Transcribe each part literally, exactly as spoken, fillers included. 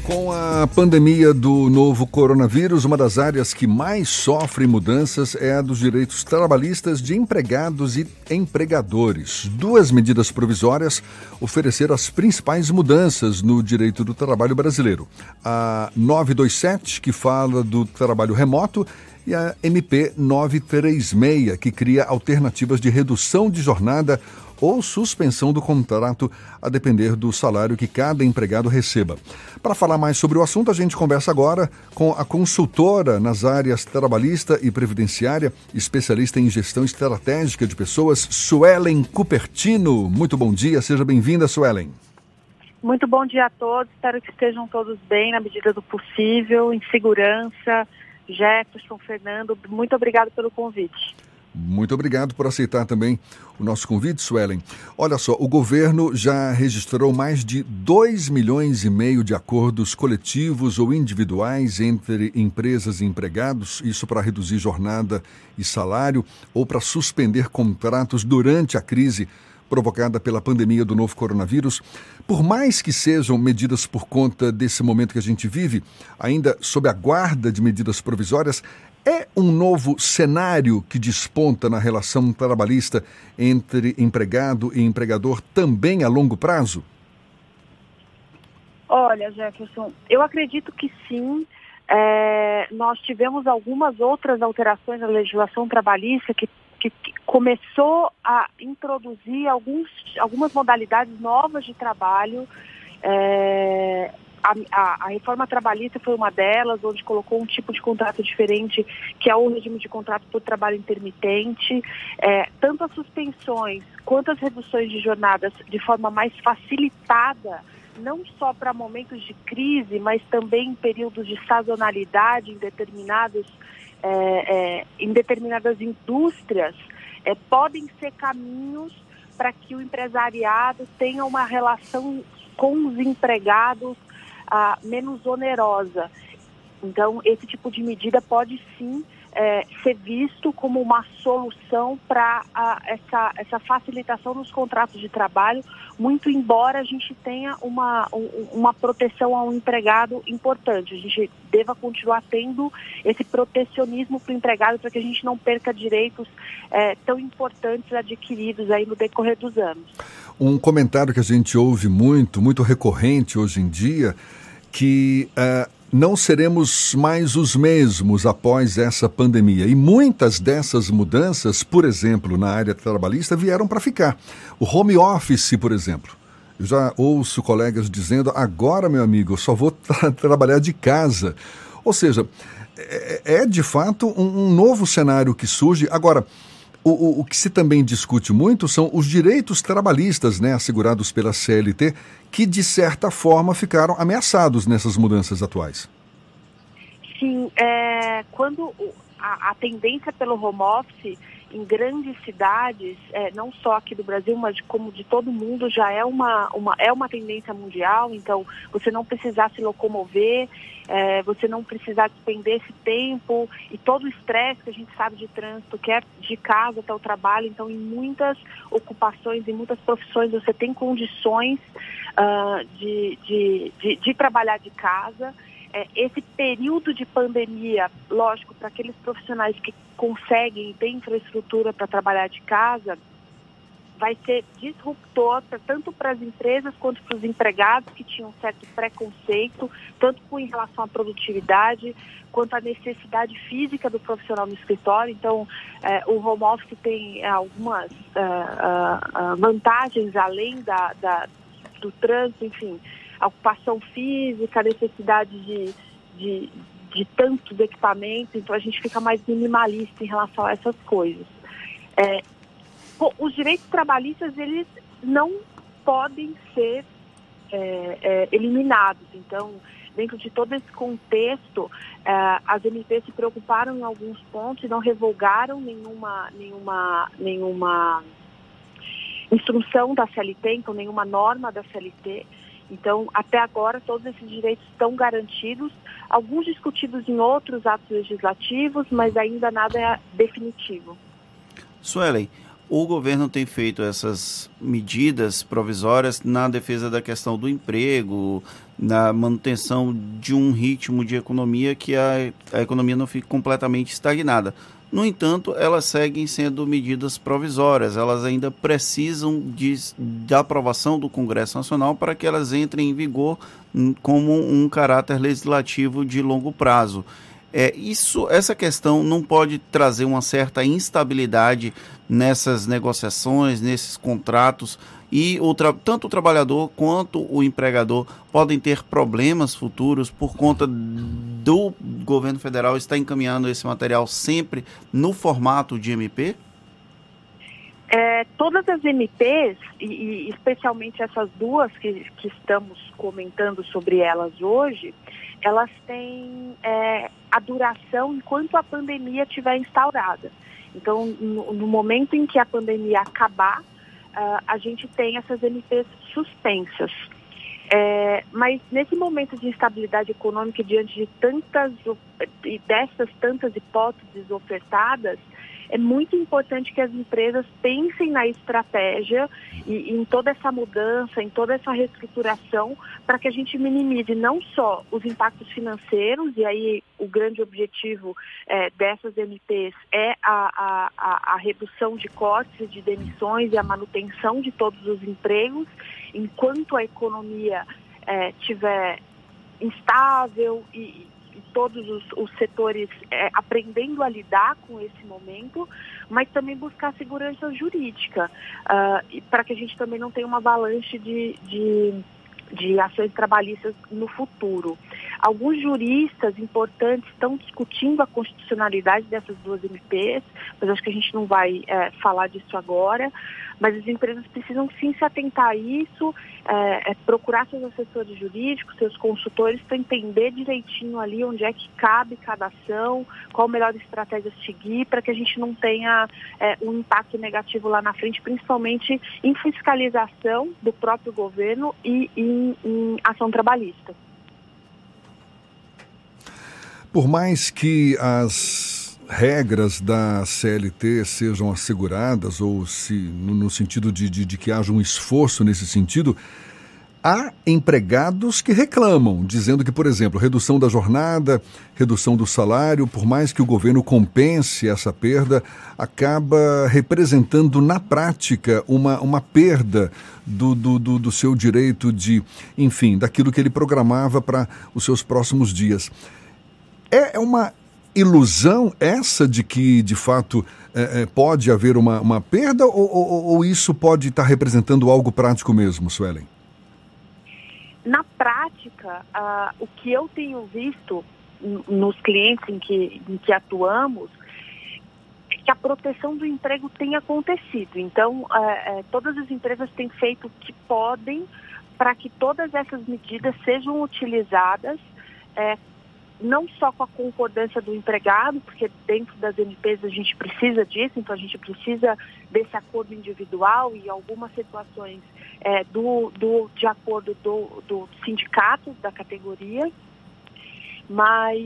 Com a pandemia do novo coronavírus, uma das áreas que mais sofre mudanças é a dos direitos trabalhistas de empregados e empregadores. Duas medidas provisórias ofereceram as principais mudanças no direito do trabalho brasileiro. A novecentos e vinte e sete, que fala do trabalho remoto, e a M P novecentos e trinta e seis, que cria alternativas de redução de jornada ou suspensão do contrato, a depender do salário que cada empregado receba. Para falar mais sobre o assunto, a gente conversa agora com a consultora nas áreas trabalhista e previdenciária, especialista em gestão estratégica de pessoas, Suelen Cupertino. Muito bom dia, seja bem-vinda, Suelen. Muito bom dia a todos, espero que estejam todos bem na medida do possível, em segurança. Jefferson, Fernando, muito obrigado pelo convite. Muito obrigado por aceitar também o nosso convite, Suelen. Olha só, o governo já registrou mais de dois milhões e meio de acordos coletivos ou individuais entre empresas e empregados, isso para reduzir jornada e salário ou para suspender contratos durante a crise provocada pela pandemia do novo coronavírus. Por mais que sejam medidas por conta desse momento que a gente vive, ainda sob a guarda de medidas provisórias, é um novo cenário que desponta na relação trabalhista entre empregado e empregador também a longo prazo? Olha, Jefferson, eu acredito que sim. É, nós tivemos algumas outras alterações na legislação trabalhista que, que, que começou a introduzir alguns, algumas modalidades novas de trabalho. É, A, a, a reforma trabalhista foi uma delas, onde colocou um tipo de contrato diferente, que é o regime de contrato por trabalho intermitente. É, tanto as suspensões quanto as reduções de jornadas de forma mais facilitada, não só para momentos de crise, mas também em períodos de sazonalidade em, determinados, é, é, em determinadas indústrias, é, podem ser caminhos para que o empresariado tenha uma relação com os empregados Ah, menos onerosa. Então, esse tipo de medida pode sim é, ser visto como uma solução para essa, essa facilitação nos contratos de trabalho, muito embora a gente tenha uma, um, uma proteção ao empregado importante. A gente deva continuar tendo esse protecionismo para o empregado para que a gente não perca direitos é, tão importantes adquiridos aí no decorrer dos anos. Um comentário que a gente ouve muito, muito recorrente hoje em dia, que uh, não seremos mais os mesmos após essa pandemia. E muitas dessas mudanças, por exemplo, na área trabalhista, vieram para ficar. O home office, por exemplo. Eu já ouço colegas dizendo, agora, meu amigo, eu só vou tra- trabalhar de casa. Ou seja, é, é de fato um, um novo cenário que surge. Agora, O, o, o que se também discute muito são os direitos trabalhistas, né, assegurados pela C L T, que de certa forma ficaram ameaçados nessas mudanças atuais. Sim, é, quando a, a tendência pelo home office em grandes cidades, é, não só aqui do Brasil, mas como de todo mundo, já é uma, uma, é uma tendência mundial. Então, você não precisar se locomover, é, você não precisar despender esse tempo e todo o estresse que a gente sabe de trânsito, que é de casa até o trabalho. Então, em muitas ocupações, em muitas profissões, você tem condições uh, de, de, de, de trabalhar de casa. É, esse período de pandemia, lógico, para aqueles profissionais que conseguem e têm infraestrutura para trabalhar de casa, vai ser disruptor pra, tanto para as empresas quanto para os empregados que tinham certo preconceito, tanto com em relação à produtividade, quanto à necessidade física do profissional no escritório. Então, é, o home office tem algumas uh, uh, uh, vantagens além da, da, do trânsito, enfim, a ocupação física, a necessidade de, de, de tantos equipamentos, então a gente fica mais minimalista em relação a essas coisas. É, os direitos trabalhistas, eles não podem ser é, é, eliminados. Então, dentro de todo esse contexto, é, as M Ps se preocuparam em alguns pontos e não revogaram nenhuma, nenhuma, nenhuma instrução da C L T, então nenhuma norma da C L T. Então, até agora, todos esses direitos estão garantidos, alguns discutidos em outros atos legislativos, mas ainda nada é definitivo. Suelen, o governo tem feito essas medidas provisórias na defesa da questão do emprego, na manutenção de um ritmo de economia que a, a economia não fique completamente estagnada. No entanto, elas seguem sendo medidas provisórias, elas ainda precisam de, da aprovação do Congresso Nacional para que elas entrem em vigor como um caráter legislativo de longo prazo. É, isso, essa questão não pode trazer uma certa instabilidade nessas negociações, nesses contratos, e o tra- tanto o trabalhador quanto o empregador podem ter problemas futuros por conta do governo federal estar encaminhando esse material sempre no formato de M P? É, todas as M Ps, e, e especialmente essas duas que, que estamos comentando sobre elas hoje, elas têm é, a duração enquanto a pandemia estiver instaurada. Então, no, no momento em que a pandemia acabar, uh, a gente tem essas M Ps suspensas. É, mas nesse momento de instabilidade econômica, diante de tantas e dessas tantas hipóteses ofertadas, é muito importante que as empresas pensem na estratégia e, e em toda essa mudança, em toda essa reestruturação, para que a gente minimize não só os impactos financeiros, e aí o grande objetivo é, dessas M Ps é a, a, a redução de cortes e de demissões e a manutenção de todos os empregos, enquanto a economia estiver é, instável e e todos os, os setores é, aprendendo a lidar com esse momento, mas também buscar segurança jurídica, uh, para que a gente também não tenha uma avalanche de, de, de ações trabalhistas no futuro. Alguns juristas importantes estão discutindo a constitucionalidade dessas duas M Ps, mas acho que a gente não vai é, falar disso agora. Mas as empresas precisam sim se atentar a isso, é, é, procurar seus assessores jurídicos, seus consultores, para entender direitinho ali onde é que cabe cada ação, qual a melhor estratégia a seguir, para que a gente não tenha é, um impacto negativo lá na frente, principalmente em fiscalização do próprio governo e em, em ação trabalhista. Por mais que as regras da C L T sejam asseguradas, ou se no, no sentido de, de, de que haja um esforço nesse sentido, há empregados que reclamam, dizendo que, por exemplo, redução da jornada, redução do salário, por mais que o governo compense essa perda, acaba representando na prática uma, uma perda do, do, do, do seu direito de, enfim, daquilo que ele programava para os seus próximos dias. É uma ilusão essa de que, de fato, é, é, pode haver uma, uma perda ou, ou, ou isso pode estar representando algo prático mesmo, Suelen? Na prática, uh, o que eu tenho visto n- nos clientes em que, em que atuamos é que a proteção do emprego tem acontecido. Então, uh, uh, todas as empresas têm feito o que podem para que todas essas medidas sejam utilizadas uh, não só com a concordância do empregado, porque dentro das M Ps a gente precisa disso, então a gente precisa desse acordo individual e algumas situações é, do, do, de acordo do, do sindicato da categoria, mas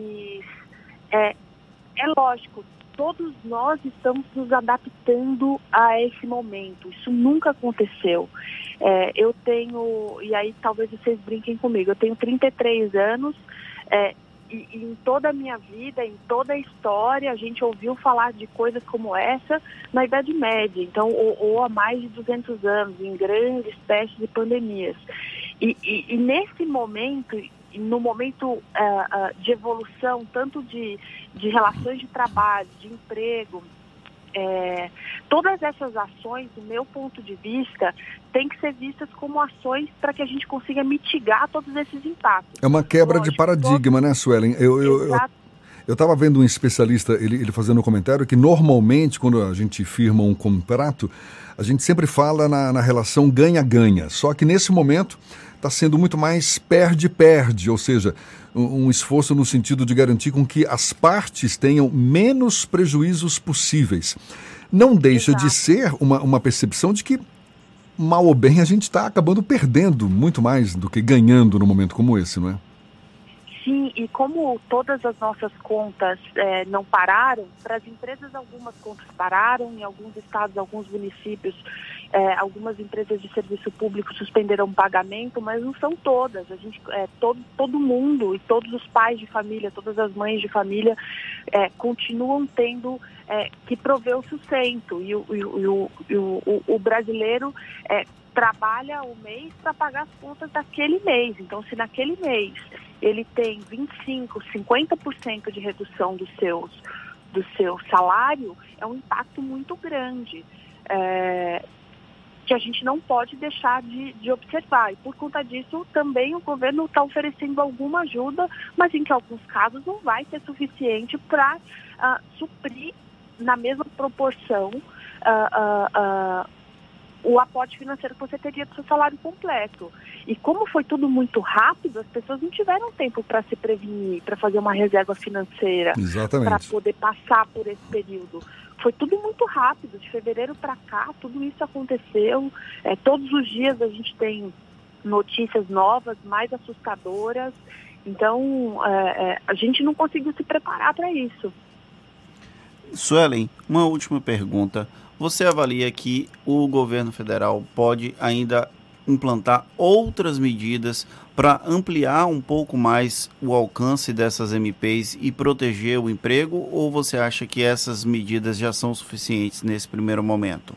é, é lógico, todos nós estamos nos adaptando a esse momento, isso nunca aconteceu. É, eu tenho, e aí talvez vocês brinquem comigo, eu tenho trinta e três anos, É, e, e em toda a minha vida, em toda a história, a gente ouviu falar de coisas como essa na Idade Média, então, ou, ou há mais de duzentos anos, em grandes testes de pandemias. E, e, e nesse momento, no momento uh, uh, de evolução, tanto de, de relações de trabalho, de emprego, É, todas essas ações, do meu ponto de vista, têm que ser vistas como ações para que a gente consiga mitigar todos esses impactos. É uma quebra Lógico, de paradigma, todo... né, Suelen? Eu eu, eu, eu estava vendo um especialista, ele, ele fazendo um comentário que normalmente, quando a gente firma um contrato, a gente sempre fala na, na relação ganha-ganha. Só que nesse momento está sendo muito mais perde-perde, ou seja, um, um esforço no sentido de garantir com que as partes tenham menos prejuízos possíveis. Não deixa Exato. de ser uma, uma percepção de que, mal ou bem, a gente está acabando perdendo muito mais do que ganhando num momento como esse, não é? Sim, e como todas as nossas contas é, não pararam, para as empresas algumas contas pararam, em alguns estados, alguns municípios, É, algumas empresas de serviço público suspenderam o pagamento, mas não são todas. A gente, é, todo, todo mundo e todos os pais de família, todas as mães de família é, continuam tendo é, que prover o sustento. E o, e o, e o, o, o brasileiro é, trabalha o mês para pagar as contas daquele mês. Então, se naquele mês ele tem vinte e cinco por cento, cinquenta por cento de redução dos seus, do seu salário, é um impacto muito grande. É, que a gente não pode deixar de, de observar. E por conta disso, também o governo está oferecendo alguma ajuda, mas em que alguns casos não vai ser suficiente para uh, suprir na mesma proporção uh, uh, uh, o aporte financeiro que você teria do seu salário completo. E como foi tudo muito rápido, as pessoas não tiveram tempo para se prevenir, para fazer uma reserva financeira, para poder passar por esse período. Foi tudo muito rápido, de fevereiro para cá, tudo isso aconteceu. É, todos os dias a gente tem notícias novas, mais assustadoras. Então, é, é, a gente não conseguiu se preparar para isso. Suelen, uma última pergunta. Você avalia que o governo federal pode ainda implantar outras medidas para ampliar um pouco mais o alcance dessas M Ps e proteger o emprego, ou você acha que essas medidas já são suficientes nesse primeiro momento?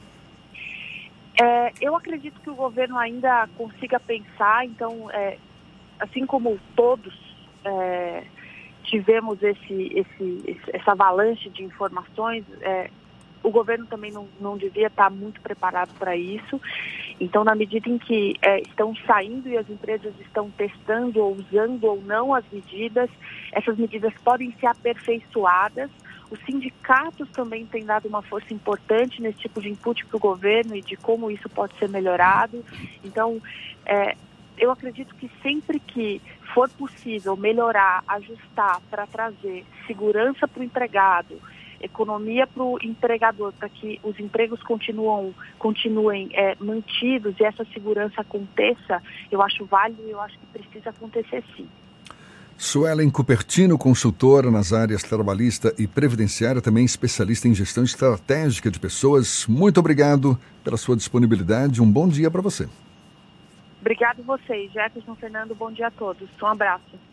É, eu acredito que o governo ainda consiga pensar, então, é, assim como todos é, tivemos esse, esse, essa avalanche de informações, é, o governo também não, não devia estar muito preparado para isso. Então, na medida em que é, estão saindo e as empresas estão testando ou usando ou não as medidas, essas medidas podem ser aperfeiçoadas. Os sindicatos também têm dado uma força importante nesse tipo de input para o governo e de como isso pode ser melhorado. Então, é, eu acredito que sempre que for possível melhorar, ajustar para trazer segurança para o empregado, economia para o empregador, para que os empregos continuam, continuem é, mantidos e essa segurança aconteça, eu acho válido e eu acho que precisa acontecer sim. Suelen Cupertino, consultora nas áreas trabalhista e previdenciária, também especialista em gestão estratégica de pessoas. Muito obrigado pela sua disponibilidade. Um bom dia para você. Obrigado a vocês, Jefferson, Fernando, bom dia a todos. Um abraço.